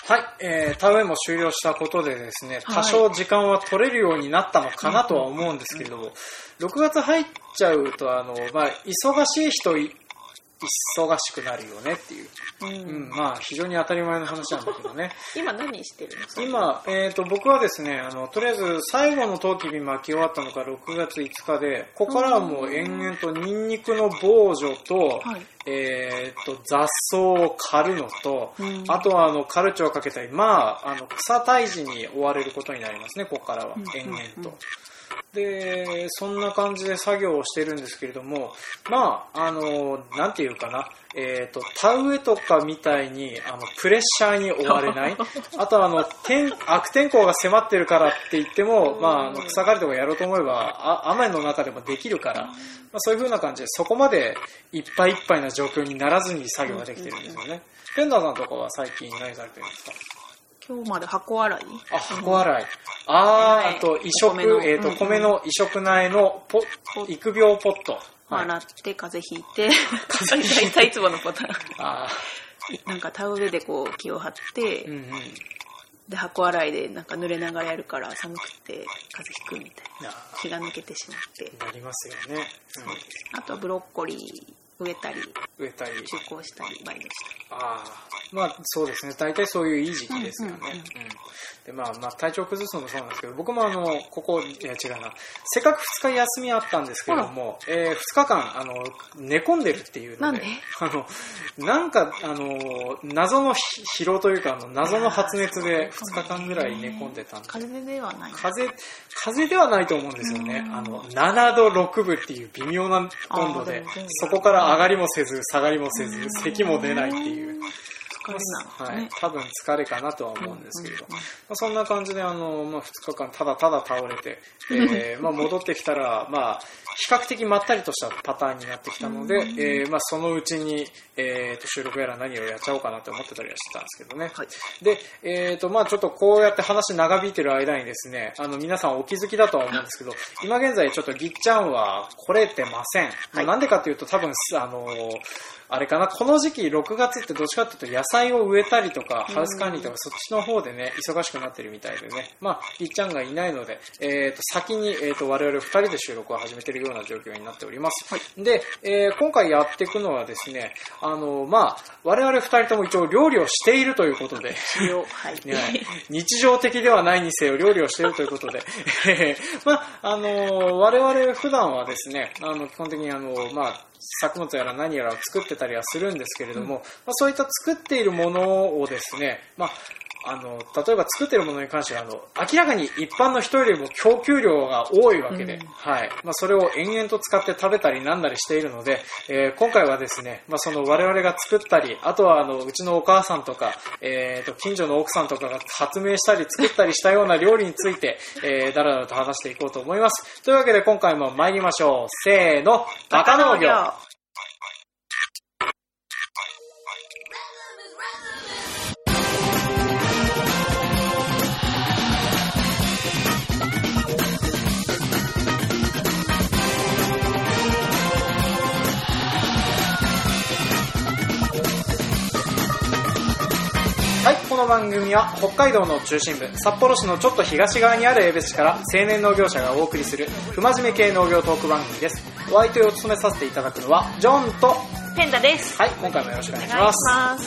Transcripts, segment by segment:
はい、田植えも終了したことでですね、多少時間は取れるようになったのかなとは思うんですけれども、6月入っちゃうと忙しい人忙しくなるよねっていう、非常に当たり前の話なんだけどね。 今何してるの？ 今、僕はですね、とりあえず最後のトウキビ巻き終わったのが6月5日で、ここからはもう延々とニンニクの防除と、雑草を刈るのと、あとはカルチをかけたり、草退治に追われることになりますね、ここからは延々と。で、そんな感じで作業をしてるんですけれども、なんていうかな、田植えとかみたいにプレッシャーに追われないあとは悪天候が迫ってるからって言っても、草刈りとかやろうと思えば雨の中でもできるから、そういう風な感じでそこまでいっぱいいっぱいな状況にならずに作業ができてるんですよね。ペンダーさんとかは最近何されてるんですか？ 今日まで箱洗い。 箱洗い。あと移植、米の移植苗の育苗ポット。 洗って風邪ひいて、大体いつものパターン。なんか田植えでこう気を張って、で箱洗いでなんか濡れながらやるから寒くて風邪ひくみたいな。気が抜けてしまって。 なりますよね。 あとはブロッコリー植えたり中耕したりバイトしたり。 そうですね。大体そういういい時期ですよね。で体調崩すのもそうなんですけど、僕もせっかく2日休みあったんですけれども、2日間寝込んでるっていうので、なんか謎の疲労というか謎の発熱で2日間ぐらい寝込んでたんで。 風邪ではない。 風邪ではないと思うんですよね。7度6分っていう微妙な温度で、そこから上がりもせず下がりもせず咳も出ないっていう。多分疲れかなとは思うんですけれど、そんな感じで2日間ただただ倒れて、戻ってきたら比較的まったりとしたパターンになってきたので、そのうちに、収録やら何をやっちゃおうかなと思ってたりはしてたんですけどね。で、ちょっとこうやって話長引いてる間にですね、皆さんお気づきだとは思うんですけど、今現在ちょっとぎっちゃんは来れてません。なんでかというと多分あれかな、この時期6月ってどっちかっていうと野菜を植えたりとかハウス管理とかそっちの方でね忙しくなってるみたいでね、ぎっちゃんがいないので、先に、我々2人で収録を始めているような状況になっております。で、今回やっていくのはですね、我々2人とも一応料理をしているということで日常的ではないにせよ料理をしているということで我々普段はですね、基本的に作物やら何やらを作ってたりはするんですけれども、そういった作っているものをですね、例えば作っているものに関しては明らかに一般の人よりも供給量が多いわけで、それを延々と使って食べたりなんだりしているので、今回はですね、その我々が作ったり、あとはうちのお母さんとか、近所の奥さんとかが発明したり作ったりしたような料理について、だらだらと話していこうと思います。というわけで今回も参りましょう。せーの、バカ農業。この番組は北海道の中心部札幌市のちょっと東側にある江別市から青年農業者がお送りする不真面目系農業トーク番組です。お相手を務めさせていただくのはジョンとペンダです。 今回もよろしくお願いします。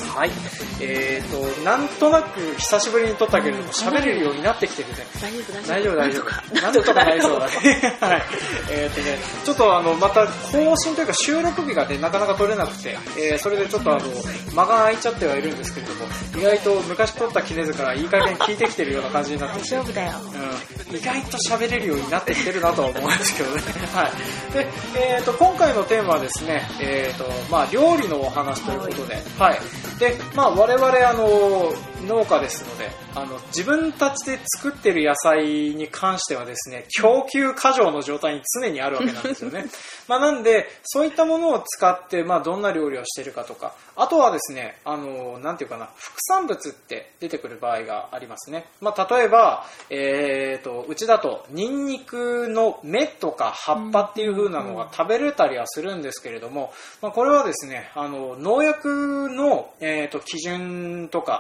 なんとなく久しぶりに撮ったけれども喋れるようになってきてるね。大丈夫なんとかなりそうだねちょっとまた更新というか収録日がねなかなか撮れなくて、それでちょっと間が空いちゃってはいるんですけれども、意外と昔撮った絹塚がいい加減聞いてきてるような感じになってきて、 大丈夫だよ、 意外と喋れるようになってきてるなとは思うんですけどねで、今回のテーマはですね、料理のお話ということで、で、我々農家ですので、自分たちで作ってる野菜に関してはですね、供給過剰の状態に常にあるわけなんですよねなんでそういったものを使って、どんな料理をしているかとか、あとはですね、なんていうかな、副産物って出てくる場合がありますね。例えば、うちだとニンニクの芽とか葉っぱっていう風なのが食べれたりはするんですけれども、これはですね、農薬の、基準とか、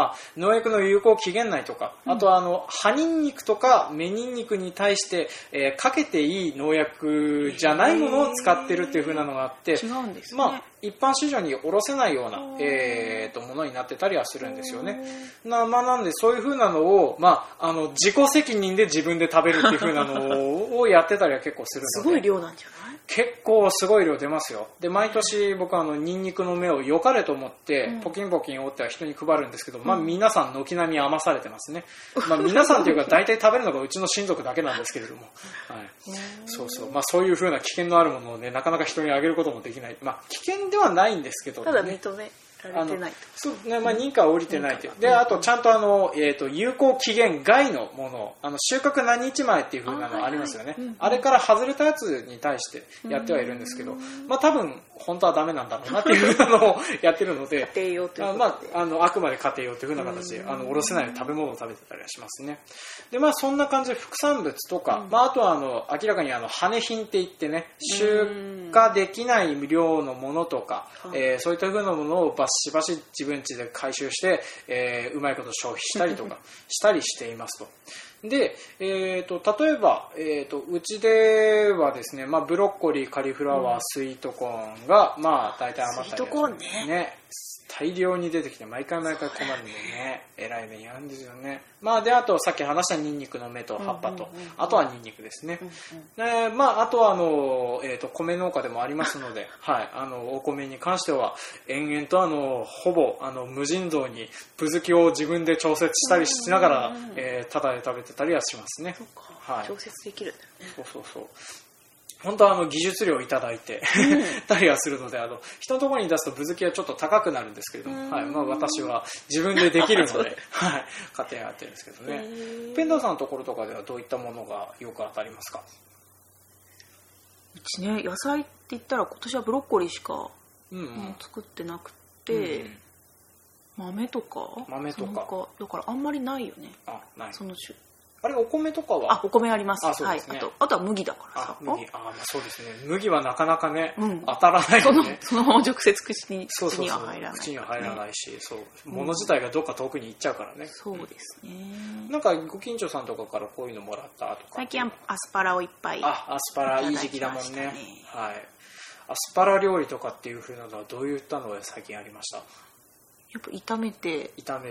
農薬の有効期限内とか、あとは葉ニンニクとか芽ニンニクに対して、かけていい農薬じゃないものを使ってるっていう風なのがあって、 違うんですね。 一般市場に卸せないような、ものになってたりはするんですよね。なんでそういう風なのを、自己責任で自分で食べるっていう風なのをやってたりは結構するので。 すごい量なんじゃない？ 結構すごい量出ますよ。で、毎年僕はニンニクの芽を良かれと思って、ポキンポキン折っては人に配るんですけど、皆さん軒並み余されてますね。皆さんというか大体食べるのがうちの親族だけなんですけれども。はい。そういう風な危険のあるものをね、なかなか人にあげることもできない。危険ではないんですけど、ね。 ただ認められてない。 そうね、認可は下りてないという。で、あとちゃんと有効期限外のもの、収穫何日前っていう風なのありますよね。あれから外れたやつに対してやってはいるんですけど、多分本当はダメなんだろうなっていう風なのをやってるので、 家庭用ということで、 あくまで家庭用という風な形で、おろせない食べ物を食べてたりはしますね。で、そんな感じで副産物とか、あとは明らかに羽品って言ってね、出荷できない量のものとか、そういった風なものをバシバシ自分家で回収して、うまいこと消費したりとかしたりしていますと。で、例えば、うちではですね、ブロッコリー、カリフラワー、スイートコーンが、大体余ったり、 スイートコーンね。 大量に出てきて、毎回困るんでね、えらい目に遭うんですよね。で、あと、さっき話したニンニクの芽と葉っぱと、あとはニンニクですね。あとは、米農家でもありますので、お米に関しては、延々と、ほぼ、無尽蔵に、ぶづきを自分で調節したりしながら、ただで食べてたりはしますね。 そうか、調節できるんだよね。 そう。本当は技術料をいただいてたりはするので、人のところに出すとぶづきはちょっと高くなるんですけれども、私は自分でできるので家庭やってるんですけどね。ペンダーさんのところとかではどういったものがよく当たりますか？ うちね、野菜って言ったら今年はブロッコリーしか作ってなくて、豆とかだからあんまりないよね。 ない。 そのあれ、お米とかは？ お米あります。 そうですね。 あとは麦だからさ。 麦。そうですね。麦はなかなかね、当たらないよね。 そのまま直接口には入らない。 口には入らないし、物自体がどっか遠くに行っちゃうからね。 そうですね。 なんかご近所さんとかからこういうのもらったとか。 最近はアスパラをいっぱい。 アスパラいい時期だもんね。はい。アスパラ料理とかっていう風なのはどういったのが最近ありました？ やっぱ炒めて。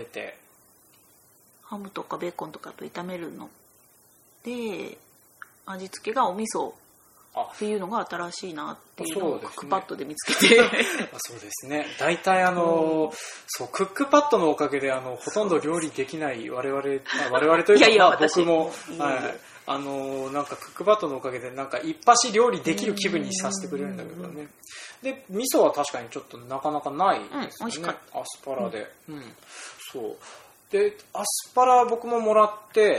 ハムとかベーコンとかと炒めるので、味付けがお味噌っていうのが新しいなっていうのをクックパッドで見つけてそうですね。大体クックパッドのおかげでほとんど料理できない我々というか僕もなんかクックパッドのおかげでなんか一発料理できる気分にさせてくれるんだけどね。で、味噌は確かにちょっとなかなかないですね。 美味しかった。 アスパラで。そう。で、アスパラ僕ももらって、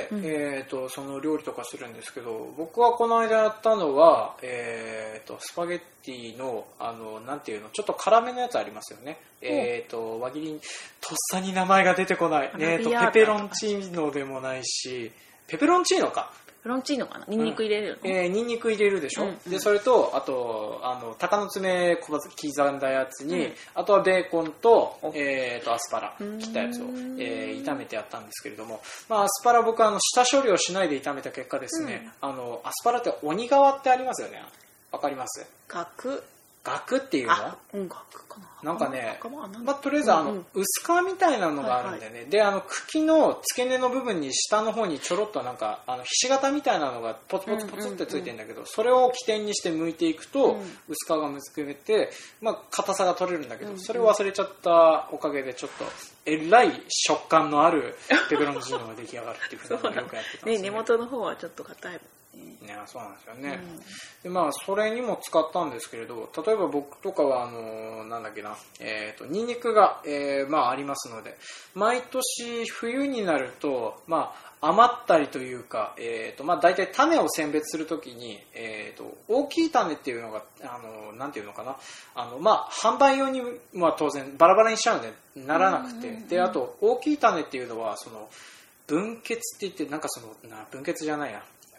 その料理とかするんですけど、僕はこの間やったのは、スパゲッティの、なんていうの、ちょっと辛めのやつありますよね。輪切りに、とっさに名前が出てこない。ペペロンチーノでもないし、ペペロンチーノか。 ペペロンチーノかな。ニンニク入れるの？ ニンニク入れるでしょ。で、それと、あと、鷹の爪刻んだやつに、あとはベーコンと、アスパラ切ったやつを、炒めてやったんですけれども、アスパラ僕下処理をしないで炒めた結果ですね、アスパラって鬼皮ってありますよね。わかります？ガクっていうの？ ガクかな。 なんかね、とりあえず薄皮みたいなのがあるんだよね。で、茎の付け根の部分に下の方にちょろっとなんかひし形みたいなのがポツポツポツってついてるんだけど、それを起点にして剥いていくと薄皮がむくめて、硬さが取れるんだけど、それを忘れちゃったおかげでちょっとえらい食感のあるペペロンチーノが出来上がるっていうふうなのをよくやってたんですね。根元の方はちょっと硬いもん。 そうなんですよね。で、それにも使ったんですけれど、例えば僕とかはニンニクが、ありますので、毎年冬になると余ったりというか、大体種を選別するときに、大きい種っていうのがなんていうのかな、販売用には当然バラバラにしちゃうんでならなくて、で、あと大きい種っていうのは分血って言って、分血じゃないや、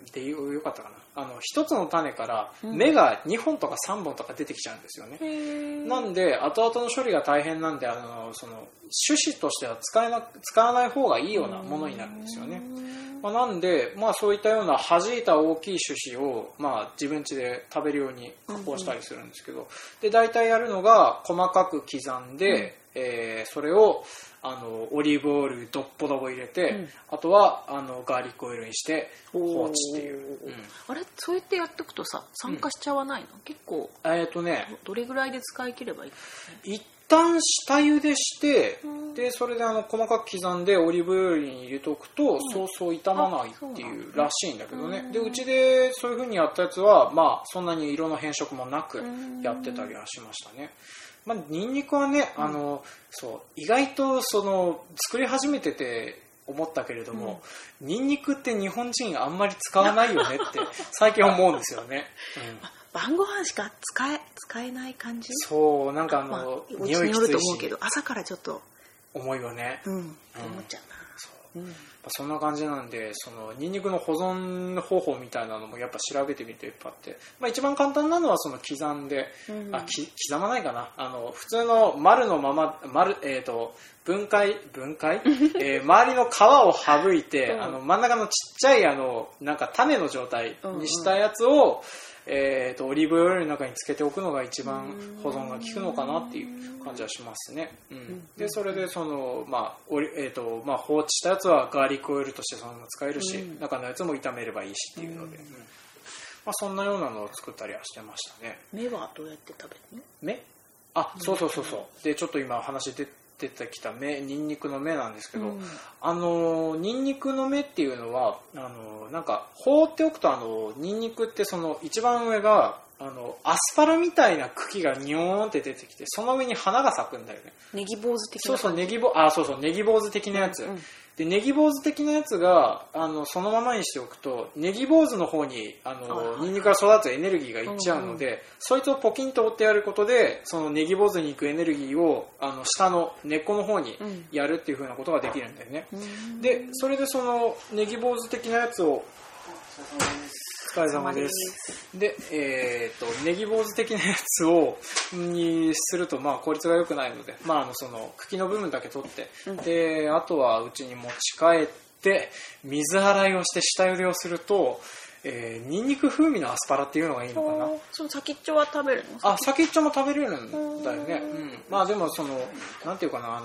でよかったかな、一つの種から芽が2本とか3本とか出てきちゃうんですよね。なんで後々の処理が大変なんで、その種子としては使わない方がいいようなものになるんですよね。なんで、そういったような弾いた大きい種子を、自分家で食べるように加工したりするんですけど、で大体やるのが細かく刻んで、それをオリーブオイルどっぽどぼ入れて、あとはガーリックオイルにして放置っていう、 あれそうやってやっておくとさ酸化しちゃわないの、結構どれぐらいで使い切ればいい？ 一旦下茹でして、でそれで細かく刻んでオリーブオイルに入れておくと、そうそう傷まないっていうらしいんだけどね。でうちでそういう風にやったやつはそんなに色の変色もなくやってたりはしましたね。ニンニクはね、意外と作り始めてて思ったけれども、ニンニクって日本人あんまり使わないよねって最近思うんですよね。 晩ご飯しか使えない感じ？ そう、なんか匂いきついし、と思うけど朝からちょっと重いよね。 思っちゃうな。 そんな感じなんで、ニンニクの保存方法みたいなのもやっぱ調べてみていっぱいあって、一番簡単なのは刻んで、刻まないかな、普通の丸のまま分解周りの皮を省いて、真ん中のちっちゃいなんか種の状態にしたやつを、オリーブオイルの中につけておくのが一番保存が効くのかなっていう感じはしますね。でそれで放置したやつはガーリックオイルとしてそのまま使えるし、中のやつも炒めればいいしっていうので、そんなようなのを作ったりはしてましたね。 芽はどうやって食べるの？ 芽？そうでちょっと今話出てきたニンニクの芽なんですけど、ニンニクの芽っていうのはなんか放っておくとニンニクって一番上がアスパラみたいな茎がニョーンって出てきて、その上に花が咲くんだよね。 ネギ坊主的な。 ネギ坊主的なやつ、でネギ坊主的なやつがそのままにしておくとネギ坊主の方にニンニクが育つエネルギーがいっちゃうので、そいつをポキンと折ってやることでそのネギ坊主に行くエネルギーを下の根っこの方にやるっていう風なことができるんだよね。でそれでそのネギ坊主的なやつをお疲れ様です。で、ネギ坊主的なやつにすると効率が良くないので、その茎の部分だけ取って、であとはうちに持ち帰って水洗いをして下茹でをすると、ニンニク風味のアスパラっていうのがいいのかな。 その先っちょは食べるの？ 先っちょも食べれるんだよね。でもなんていうかな、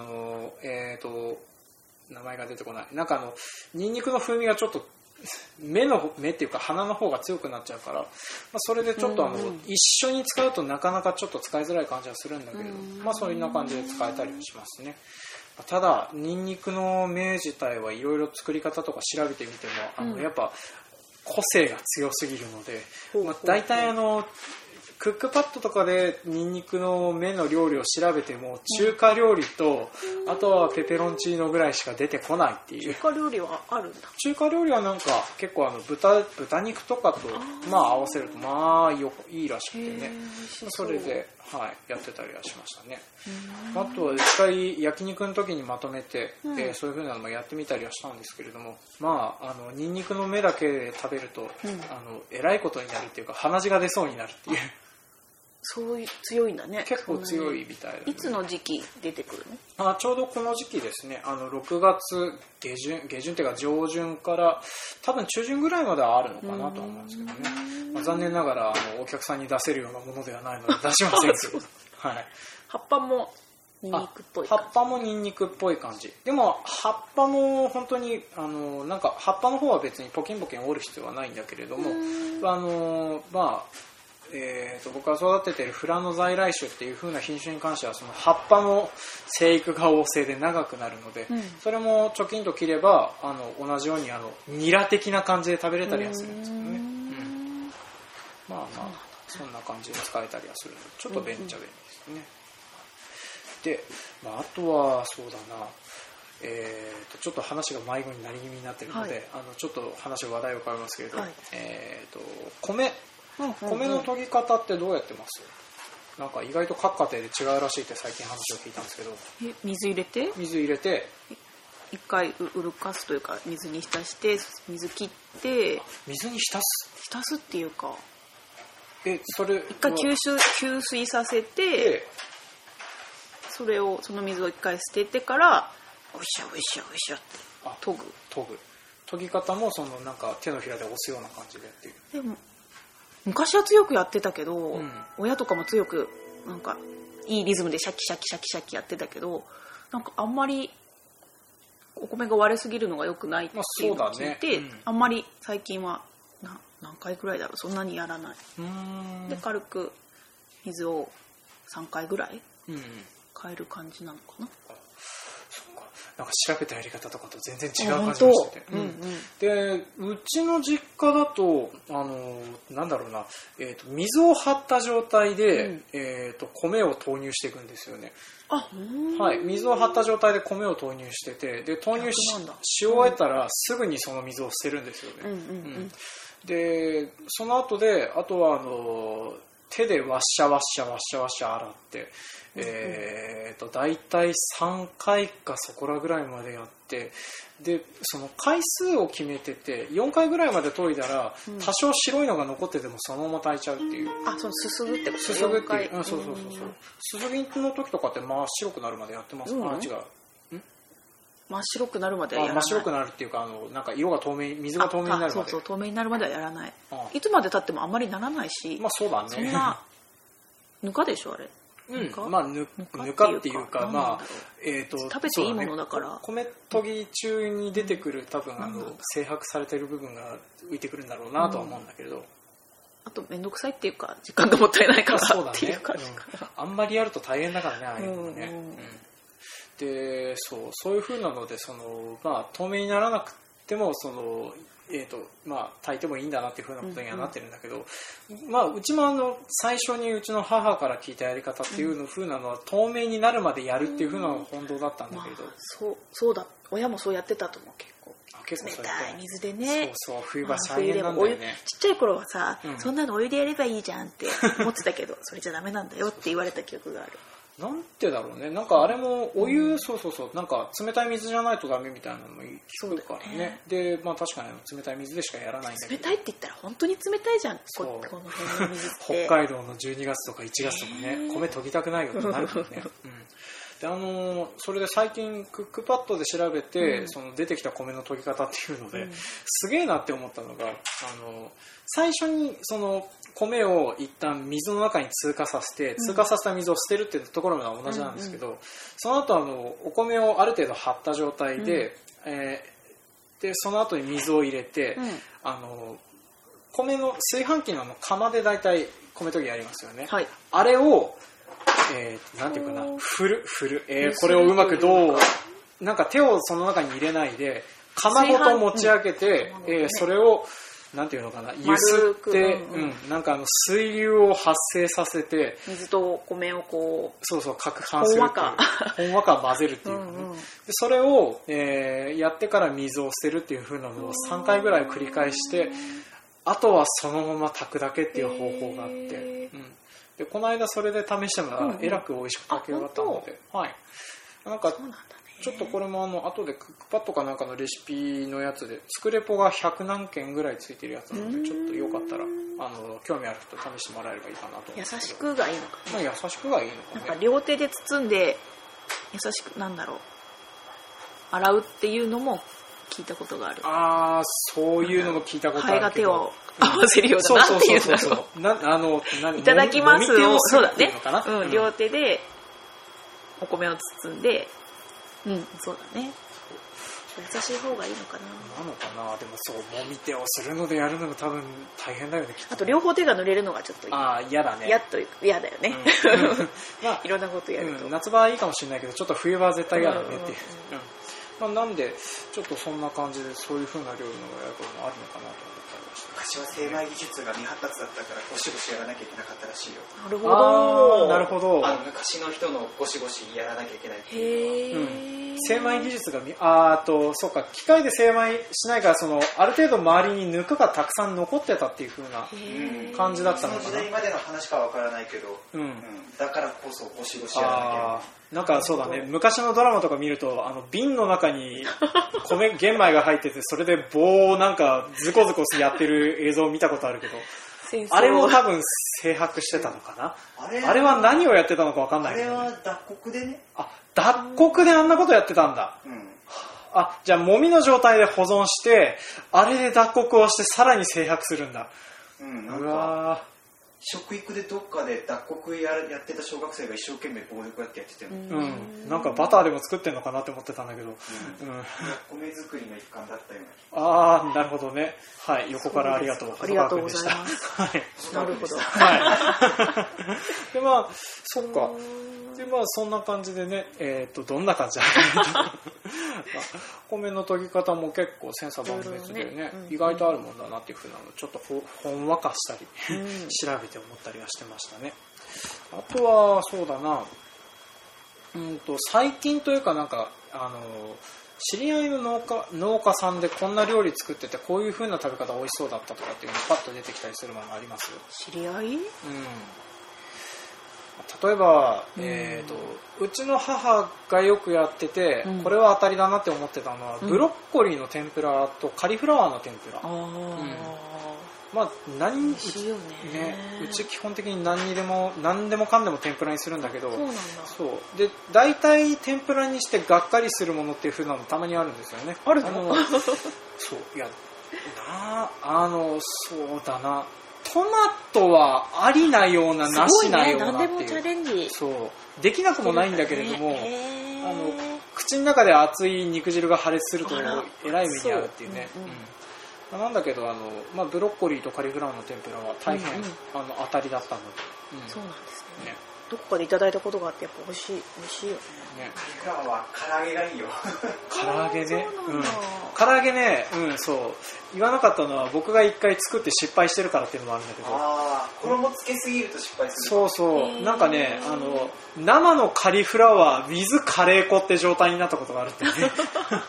名前が出てこない。なんかニンニクの風味がちょっと目っていうか鼻の方が強くなっちゃうから、それでちょっと一緒に使うとなかなかちょっと使いづらい感じはするんだけれど、そういう感じで使えたりはしますね。ただニンニクの芽自体はいろいろ作り方とか調べてみてもやっぱ個性が強すぎるので、大体クックパッドとかでニンニクの芽の料理を調べても中華料理とあとはペペロンチーノぐらいしか出てこないっていう。 中華料理はあるんだ。 中華料理はなんか結構豚肉とかと合わせるといいらしくてね、それでやってたりはしましたね。あとは一回焼肉の時にまとめて、そういう風なのもやってみたりはしたんですけれども、ニンニクの芽だけで食べると、えらいことになるっていうか鼻血が出そうになるっていう。 そういう強いんだね。 結構強いみたいだね。 いつの時期出てくるの？ちょうどこの時期ですね。6月下旬っていうか上旬から多分中旬ぐらいまではあるのかなと思うんですけどね。残念ながらお客さんに出せるようなものではないので出しませんけど。 葉っぱもニンニクっぽい感じ。葉っぱもニンニクっぽい感じ。でも葉っぱも本当になんか葉っぱの方は別にポキンポキン折る必要はないんだけれども、僕が育てている富良野在来種っていう風な品種に関してはその葉っぱの生育が旺盛で長くなるので、それもチョキンと切れば同じようにニラ的な感じで食べれたりはするんですけどね。そんな感じで使えたりはするのでちょっと便利っちゃ便利ですね。で、あとはそうだな、ちょっと話が迷子になり気味になっているので、ちょっと話話題を変えますけれど、米の研ぎ方ってどうやってます？なんか意外と各家庭で違うらしいって最近話を聞いたんですけど。 水入れて一回うるかすというか水に浸して水切って水に浸すっていうかそれ一回吸水させて、その水を一回捨ててからおいしょおいしょおいしょって研ぐ研ぎ方もなんか手のひらで押すような感じでやっている。 でも昔は強くやってたけど、親とかも強くなんかいいリズムでシャキシャキシャキシャキやってたけど、なんかあんまりお米が割れすぎるのが良くないっていうのを聞いて、あんまり最近は何回くらいだろう、そんなにやらない。で軽く水を3回ぐらい変える感じなのかな。 なんか調べたやり方とかと全然違う感じがしてて、でうちの実家だとなんだろうな、水を張った状態で、米を投入していくんですよね。はい、水を張った状態で米を投入してて、で投入 し終えたらすぐにその水を捨てるんですよね。でその後であとは手でワッシャワッシャワッシャワッシャ洗って、だいたい3回かそこらぐらいまでやって、でその回数を決めてて4回ぐらいまで研いだら、多少白いのが残っててもそのまま炊いちゃうっていう。 そのすすぐってこと？ すすぐっていう、そうすすぎの時とかって真っ白くなるまでやってますか？違う。 真っ白くなるまではやらない。 真っ白くなるっていうかなんか色が水が透明になるまで。 そう透明になるまではやらない。いつまで経ってもあんまりならないし。 そうだね。 そんなぬかでしょあれ。 ぬかっていうか食べていいものだから。 米研ぎ中に出てくる多分精白されてる部分が浮いてくるんだろうなとは思うんだけど。 あと面倒くさいっていうか時間がもったいないからっていう感じかな。 あんまりやると大変だからね、ああいうのね。でそういう風なので透明にならなくても炊いてもいいんだなっていう風なことにはなってるんだけど、うちも最初にうちの母から聞いたやり方っていう風なのは透明になるまでやるっていう風なのが本当だったんだけど、 そうだ、親もそうやってたと思う。結構冷たい水でね。 そう冬場大変なんだよね。 ちっちゃい頃はさ、そんなのお湯でやればいいじゃんって思ってたけどそれじゃダメなんだよって言われた記憶がある。 なんてだろうね、なんかあれもお湯、なんか冷たい水じゃないとダメみたいなのも聞くからね。で確かに冷たい水でしかやらないんだけど、 冷たいって言ったら本当に冷たいじゃん。この辺の水って北海道の12月とか1月とかね、米研ぎたくないよってなるからね。でそれで最近クックパッドで調べて、出てきた米の研ぎ方っていうので、すげえなって思ったのが最初に米を一旦水の中に通過させて、通過させた水を捨てるっていうところが同じなんですけど、その後お米をある程度張った状態で、でその後に水を入れて、米の炊飯器の釜でだいたい米研ぎやりますよね。あれをなんていうかな、振る、これをうまくなんか手をその中に入れないで釜ごと持ち上げて、それをなんていうのかな、揺すって、なんか水流を発生させて水と米をこう攪拌するっていう、ほんわか混ぜるっていうかね。でそれを、やってから水を捨てるっていう風なのを3回ぐらい繰り返して、あとはそのまま炊くだけっていう方法があって、でこの間それで試してもらえらく美味しく炊き上がったので、なんかちょっとこれも後でクックパッドかなんかのレシピのやつで作レポが100何件ぐらいついてるやつなので、ちょっとよかったら興味ある人試してもらえればいいかなと思って。 優しくがいいのかな。 優しくがいいのかね。 なんか両手で包んで優しく洗うっていうのも聞いたことがある。 そういうのも聞いたことあるけど、 ハエが手を合わせるようだなっていうんだろう。いただきますをそうだね。両手でお米を包んで、そうだね。優しい方がいいのかな。 でももみ手をするのでやるのが多分大変だよね。 あと両方手が濡れるのがちょっと嫌だね。 嫌だよね。いろんなことやると。 夏場はいいかもしれないけど、ちょっと冬場は絶対嫌だねっていう。なんでちょっとそんな感じでそういう風な料理のやることもあるのかなと思ったりして。 昔は精米技術が未発達だったからゴシゴシやらなきゃいけなかったらしいよ。 なるほど。 昔の人のゴシゴシやらなきゃいけないっていうのは。 精米技術がそうか、機械で精米しないから、ある程度周りにぬかがたくさん残ってたっていう風な感じだったのかな。 その時代までの話かはわからないけど、だからこそゴシゴシやらなきゃ。 なんかそうだね、昔のドラマとか見ると瓶の中に玄米が入ってて、それで棒をなんかズコズコやってる映像を見たことあるけど、あれも多分精白してたのかな。あれは何をやってたのか分かんないけど、ね、 あれは脱穀でね。 脱穀であんなことやってたんだ。じゃあもみの状態で保存して、あれで脱穀をしてさらに精白するんだ。 なんか食育でどっかで脱穀やってた小学生が一生懸命暴力やってても、 なんかバターでも作ってんのかなって思ってたんだけど、 米作りの一環だったような。なるほどね。はい、横からありがとう。 ありがとうございます。 はい。 なるほど。 はい。でそっか。でそんな感じでね、どんな感じだ米の研ぎ方も結構千差万別でね、意外とあるもんだなっていうふうなのをちょっとほんわかしたり調べて思ったりはしてましたね。あとはそうだな、最近というかなんか知り合いの農家さんでこんな料理作っててこういう風な食べ方美味しそうだったとかっていうのがパッと出てきたりするものあります？ 知り合い？ 例えば、うちの母がよくやってて、これは当たりだなって思ってたのは、ブロッコリーの天ぷらとカリフラワーの天ぷら。 美味しいよね。 うち基本的に何でもかんでも天ぷらにするんだけど、 そうなんだ。 そうで大体天ぷらにしてがっかりするものっていう風なのたまにあるんですよね。 あるの？ そういやそうだな。トマトはありなようななしなようなっていう、 何でもチャレンジそうできなくもないんだけれども、口の中で熱い肉汁が破裂するとえらい目に遭うっていうね。なんだけどブロッコリーとカリフラワーの天ぷらは大変、当たりだったので、 そうなんですね。どっかでいただいたことがあってやっぱ美味しいよね。 カリフラワーは唐揚げがいいよ。 唐揚げね、唐揚げね、そう言わなかったのは僕が一回作って失敗してるからっていうのもあるんだけど、 衣つけすぎると失敗する。そうなんかね生のカリフラワー with カレー粉って状態になったことがあるってね。そうなんだ。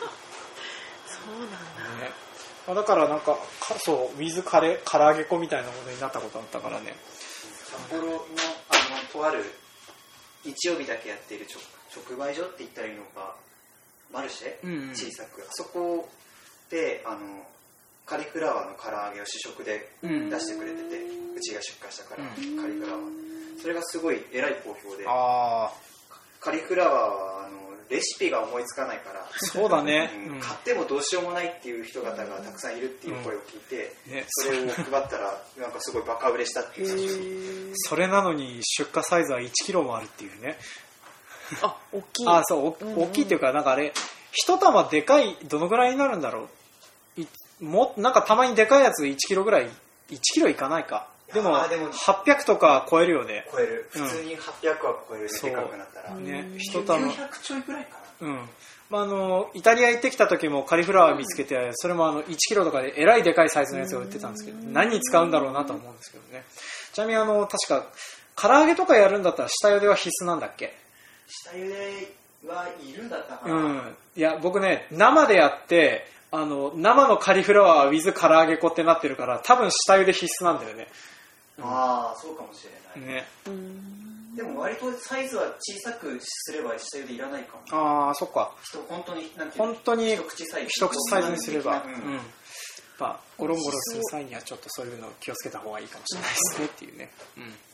だからなんか水唐揚げ粉みたいなものになったことあったからね。 札幌のとある日曜日だけやっている直売所って言ったらいいのか、マルシェ、小さくあそこでカリフラワーの唐揚げを試食で出してくれてて、うちが出荷したからカリフラワー、それがすごいえらい好評で、カリフラワーはレシピが思いつかないから、 そうだね、 買ってもどうしようもないっていう人方がたくさんいるっていう声を聞いて、それを配ったらなんかすごいバカ売れしたっていう。 それなのに出荷サイズは1キロもあるっていうね。 大きい。 大きいっていうかなんかあれ一玉でかい、どのぐらいになるんだろう。なんかたまにでかいやつ1キロぐらい、1キロいかないか。でも800とか超えるよね。 超える。普通に800は超えるね。でかくなったら。 一玉。 900ちょいぐらいかな。イタリア行ってきた時もカリフラワー見つけて、それも1キロとかでえらいでかいサイズのやつを売ってたんですけど、何に使うんだろうなと思うんですけどね。ちなみに確か唐揚げとかやるんだったら下茹では必須なんだっけ？ 下茹ではいるんだったかな。 いや僕ね生でやって生のカリフラワー with 唐揚げ粉ってなってるから多分下茹で必須なんだよね。 そうかもしれない。 ね。 でも割とサイズは小さくすれば下茹でいらないかも。 そっか。 本当に一口サイズにすれば、ゴロンゴロする際にはちょっとそういうのを気をつけた方がいいかもしれないですねっていうね。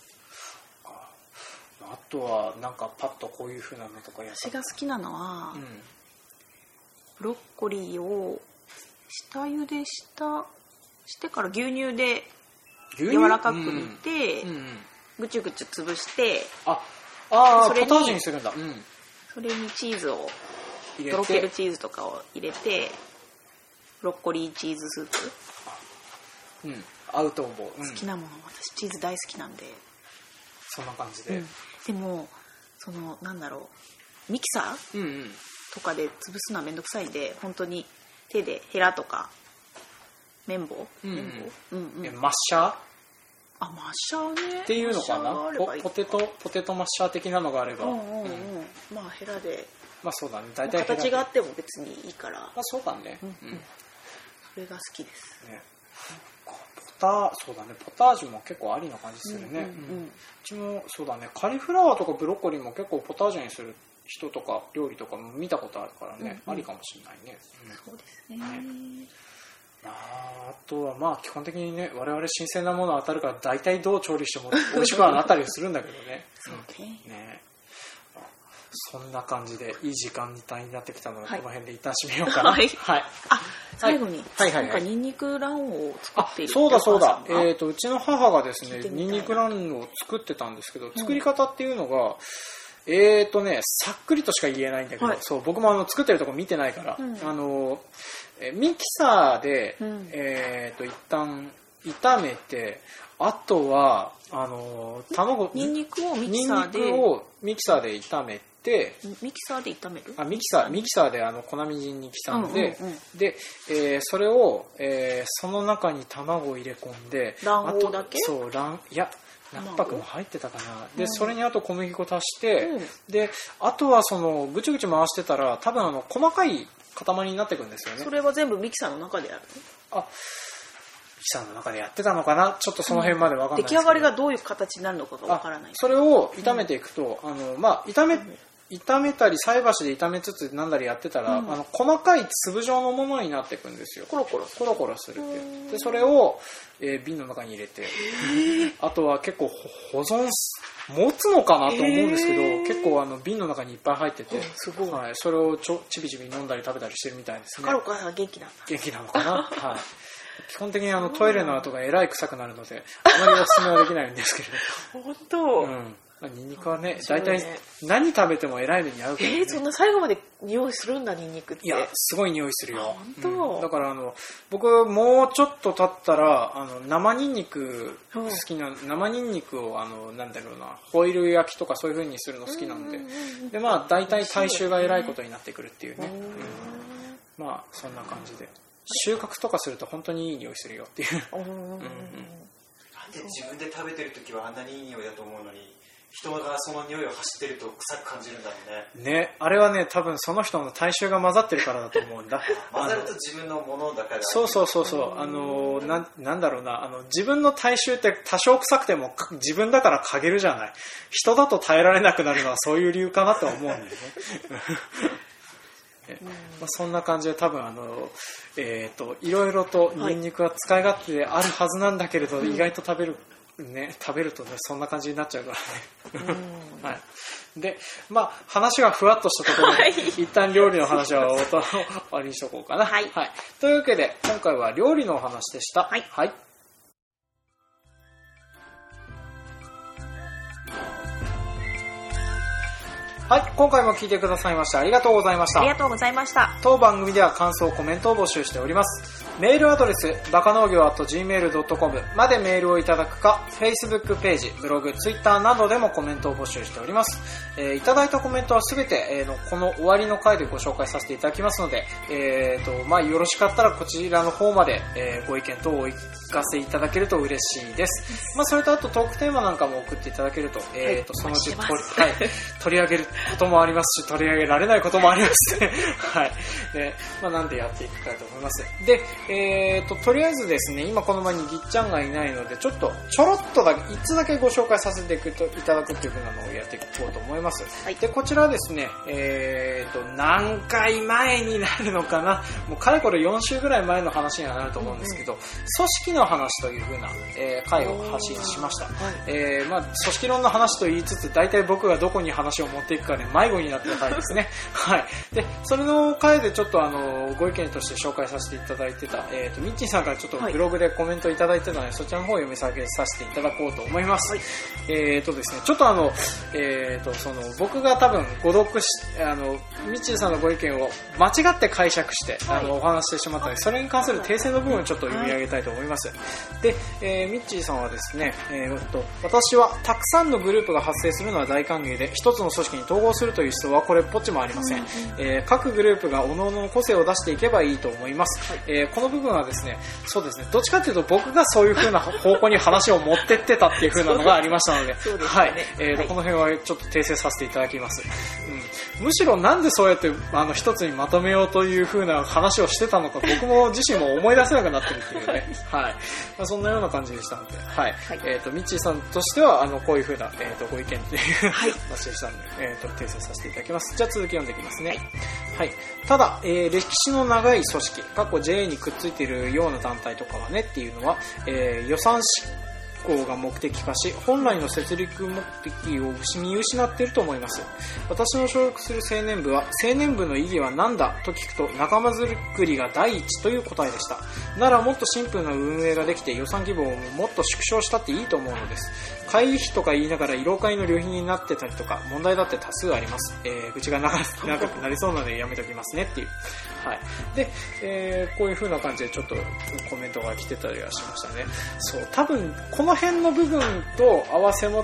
あとはなんかパッとこういう風なのとかやった。 私が好きなのは、ブロッコリーを下茹でしてから牛乳で柔らかく煮て、ぐちゅぐちゅ潰して、 ポタージュにするんだ。 それにチーズをとろけるチーズとかを入れて、ブロッコリーチーズスープ。 合うと思う。 好きなもの、私チーズ大好きなんで。 そんな感じで。 でもなんだろう、ミキサーとかで潰すのはめんどくさいんで、本当に手でヘラとか綿棒、マッシャー？ マッシャーね。 っていうのかな。ポテトマッシャー的なのがあれば。 ヘラでまあそうだね、大体形があっても別にいいから、 まあそうだね、 それが好きですね。そうだね、ポタージュも結構ありな感じするね。うちもそうだね、カリフラワーとかブロッコリーも結構ポタージュにする人とか料理とかも見たことあるからね、ありかもしれないね。 そうですね。 あとはまあ基本的にね、我々新鮮なもの当たるから大体どう調理しても美味しくはなったりするんだけどね。ね。そんな感じでいい時間帯になってきたので、この辺で一旦締めようかな。はい。 最後に、なんかニンニク卵黄を作っている。 そうだそうだ。うちの母がですね、ニンニク卵黄を作ってたんですけど、作り方っていうのが、さっくりとしか言えないんだけど、そう、僕も作ってるとこ見てないから、ミキサーで、一旦炒めて、あとはニンニクをミキサーで炒めて、 ミキサーで炒める？ ミキサーで粉みじんに刻んで、で、それを、その中に卵を入れ込んで、 卵黄だけ？ そう、何泊も入ってたかな。で、それにあと小麦粉足して、で、あとはぐちゅぐちゅ回してたら、多分細かい塊になっていくんですよね。 それは全部ミキサーの中でやるの？ ミキサーの中でやってたのかな、ちょっとその辺まで分かんないですけど、 出来上がりがどういう形になるのかが分からない。 それを炒めていくと、炒めたり菜箸で炒めつつなんだりやってたら、細かい粒状のものになっていくんですよ。コロコロするって。でそれを、瓶の中に入れて、あとは結構持つのかなと思うんですけど、結構瓶の中にいっぱい入ってて、はい、それをちびちび飲んだり食べたりしてるみたいですね。 カロカは元気なんだ。 元気なのかな。はい。基本的にトイレの後がえらい臭くなるので、あまりおすすめはできないんですけど。 本当。 ニンニクはね、大体何食べてもえらい目に合うからね。 そんな最後まで匂いするんだ、ニンニクって。 いや、すごい匂いするよ。 本当。 だから僕もうちょっと経ったら生ニンニク好きな、生ニンニクをなんだろうな、ホイル焼きとかそういう風にするの好きなんで、でまあ大体体臭がえらいことになってくるっていうね。まあそんな感じで。収穫とかすると本当にいい匂いするよっていう。 なんで自分で食べてる時はあんなにいい匂いだと思うのに、人がその匂いを走ってると臭く感じるんだろうね。 ね、あれはね、多分その人の体臭が混ざってるからだと思うんだ。 混ざると自分のものだから。 そうなんだろうな、自分の体臭って多少臭くても自分だから嗅げるじゃない。人だと耐えられなくなるのはそういう理由かなと思うんだよね。そんな感じで多分いろいろとニンニクは使い勝手であるはずなんだけれど、意外と食べるとね、そんな感じになっちゃうからね。はい。で、まあ話がふわっとしたところで、一旦料理の話は終わりにしとこうかな。はい。というわけで今回は料理のお話でした。はい。はい、今回も聞いてくださいましてありがとうございました。 ありがとうございました。 当番組では感想、コメントを募集しております。メールアドレス、バカ農業@gmail.com までメールをいただくか、Facebook ページ、ブログ、Twitter などでもコメントを募集しております。いただいたコメントはすべて、この終わりの回でご紹介させていただきますので、よろしかったらこちらの方まで、ご意見等をお聞かせいただけると嬉しいです。それとあとトークテーマなんかも送っていただけると、そのうち取り上げることもありますし、取り上げられないこともありますね。はい。で、なんでやっていくかと思います。で、とりあえずですね、今この場にぎっちゃんがいないので、ちょろっといつだけご紹介させていただくというふうなのをやっていこうと思います。はい、で、こちらですね、何回前になるのかな、もうかれこれ4週ぐらい前の話にはなると思うんですけど、組織の話というふうな、回を発信しました。組織論の話と言いつつ、大体僕がどこに話を持っていくかで迷子になってた回ですね。はい。で、それの回でちょっとご意見として紹介させていただいてた、ミッチーさんからちょっとブログでコメントいただいてたので、そちらの方を読み上げさせていただこうと思います。ですね、ちょっと僕が多分誤読し、ミッチーさんのご意見を間違って解釈して、お話してしまったので、それに関する訂正の部分をちょっと読み上げたいと思います。で、ミッチーさんはですね、私はたくさんのグループが発生するのは大歓迎で、一つの組織に統合するという思想はこれっぽっちもありません。各グループが各々の個性を出していけばいいと思います。このの部分はですね、そうですね、どっちかというと僕がそういう風な方向に話を持ってってたっていう風なのがありましたので、はい、この辺はちょっと訂正させていただきます。むしろなんでそうやって一つにまとめようという風な話をしてたのか、僕も自身も思い出せなくなってるっていうね、はい、そんなような感じでしたので、はい、ミッチーさんとしてはこういう風な、ご意見っていう話でしたので、訂正させていただきます。じゃあ続き読んでいきますね。はい。ただ、歴史の長い組織、過去 JA にくっついているような団体とかはねっていうのは、予算執行が目的化し、本来の設立目的を見失っていると思います。私の所属する青年部は、青年部の意義は何だと聞くと、仲間づくりが第一という答えでした。ならもっとシンプルな運営ができて予算規模をもっと縮小したっていいと思うのです。会費とか言いながら慰労会の旅費になってたりとか問題だって多数あります。口が長くなりそうなのでやめておきますねっていう。はい。で、こういう風な感じでちょっとコメントが来てたりはしましたね。そう、多分この辺の部分と合わせ持って、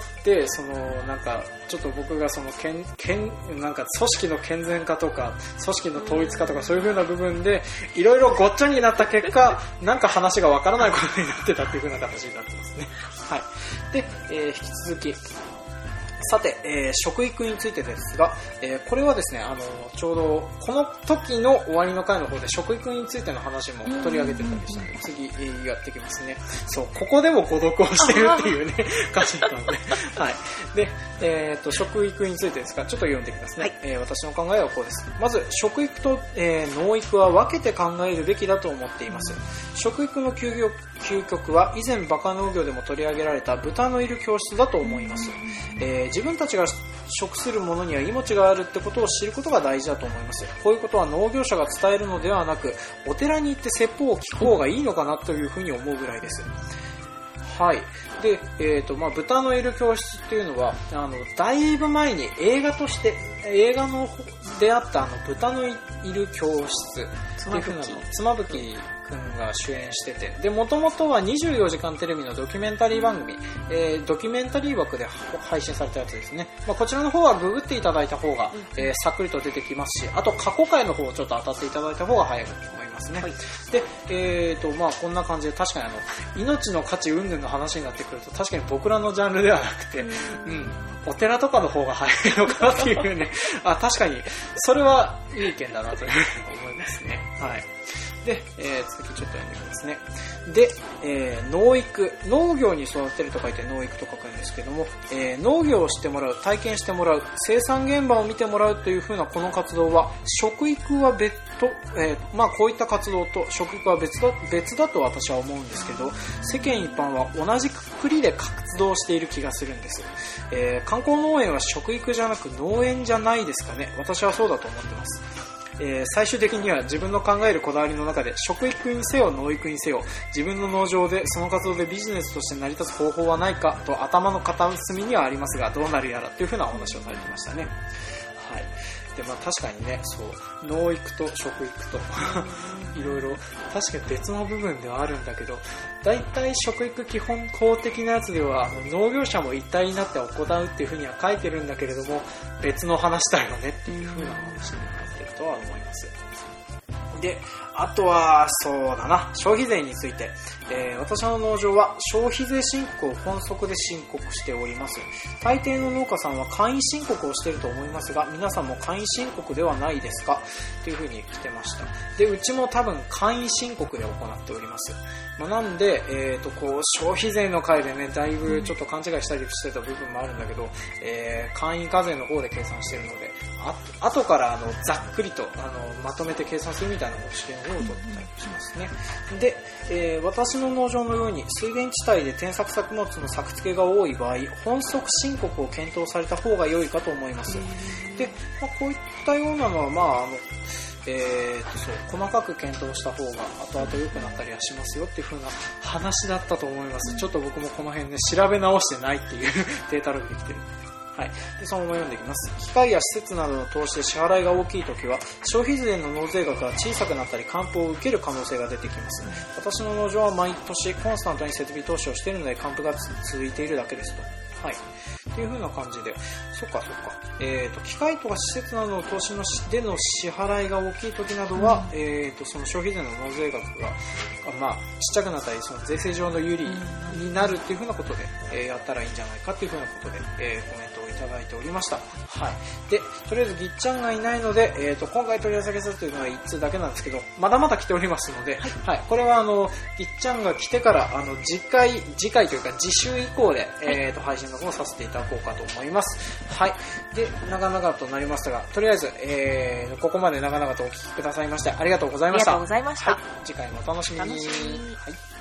なんかちょっと僕がなんか組織の健全化とか組織の統一化とかそういう風な部分でいろいろごっちゃになった結果、なんか話がわからないことになってたっていう風な形になってますね。はい。で、引き続き、さて、食育についてですが、これはですね、ちょうどこの時の終わりの回の方で食育についての話も取り上げてたりしたので、次、やってきますね。そう、ここでも誤読をしてるっていうね、感じだったので、はい。で、食育についてですが、ちょっと読んできますね。はい、私の考えはこうです。まず、食育と、農育は分けて考えるべきだと思っています。食育の究極は以前バカ農業でも取り上げられた豚のいる教室だと思います。自分たちが食するものには命があるってことを知ることが大事だと思います。こういうことは農業者が伝えるのではなく、お寺に行って説法を聞く方がいいのかなというふうに思うぐらいです。はい。で、豚のいる教室っていうのは、だいぶ前に映画として、映画のであった豚のいる教室っていうふうなの、妻夫木くんが主演してて、で、もともとは24時間テレビのドキュメンタリー番組、ドキュメンタリー枠で配信されたやつですね。こちらの方はググっていただいた方が、さっくりと出てきますし、あと過去回の方をちょっと当たっていただいた方が早いと思いますね。はい、で、こんな感じで確かに命の価値云々の話になってくると、確かに僕らのジャンルではなくて、お寺とかの方が早いのかなっていうね、確かに、それはいい意見だなというふうに思いますね。はい。で、続きちょっと読んでみますね。で、農育、農業に育てると書いて農育と書くんですけども、農業をしてもらう、体験してもらう、生産現場を見てもらうというふうなこの活動は、食育は別途、こういった活動と食育は別だと私は思うんですけど、世間一般は同じくくりで活動している気がするんです。観光農園は食育じゃなく農園じゃないですかね。私はそうだと思ってます。最終的には自分の考えるこだわりの中で食育にせよ農育にせよ自分の農場でその活動でビジネスとして成り立つ方法はないかと頭の片隅にはありますがどうなるやらというふうなお話をされてましたね。はい。で、確かにね、そう、農育と食育といろいろ確かに別の部分ではあるんだけど、だいたい食育基本法的なやつでは農業者も一体になって行うっていうふうには書いてるんだけれども、別の話だよねっていうふうな話になってるとは思います。で、あとはそうだな、消費税について、私の農場は消費税申告を本則で申告しております。大抵の農家さんは簡易申告をしていると思いますが、皆さんも簡易申告ではないですかというふうに来てました。で、うちも多分簡易申告で行っております。なんで、消費税の回でね、だいぶちょっと勘違いしたりしてた部分もあるんだけど、簡易課税の方で計算しているので、後からざっくりとまとめて計算するみたいな方式の方を取ってたりしますね。で、私の農場のように水田地帯で転作作物の作付けが多い場合、本則申告を検討された方が良いかと思います。で、こういったようなのはそう細かく検討した方が後々良くなったりはしますよっていう風な話だったと思います。ちょっと僕もこの辺ね調べ直してないっていうデータログできてる。はい。で、そのまま読んでいきます。機械や施設などの投資で支払いが大きいときは、消費税の納税額が小さくなったり、還付を受ける可能性が出てきます。私の農場は毎年コンスタントに設備投資をしているので、還付が続いているだけですと。はい。 っていう風な感じで、そっか。機械とか施設などの投資のでの支払いが大きい時などは、その消費税の納税額が、ちっちゃくなったり、その税制上の有利になるっていう風なことで、やったらいいんじゃないかっていう風なことで、コメントをいただいておりました。はい。で、とりあえずぎっちゃんがいないので、今回取り上げさせているのは1通だけなんですけど、まだまだ来ておりますので、はい。これはぎっちゃんが来てから、次回というか次週以降で、配信の方をさせていただこうかと思います。はい。で、長々となりましたが、とりあえず、ここまで長々とお聞きくださいましてありがとうございました。 ありがとうございました。 はい。次回もお楽しみに。はい。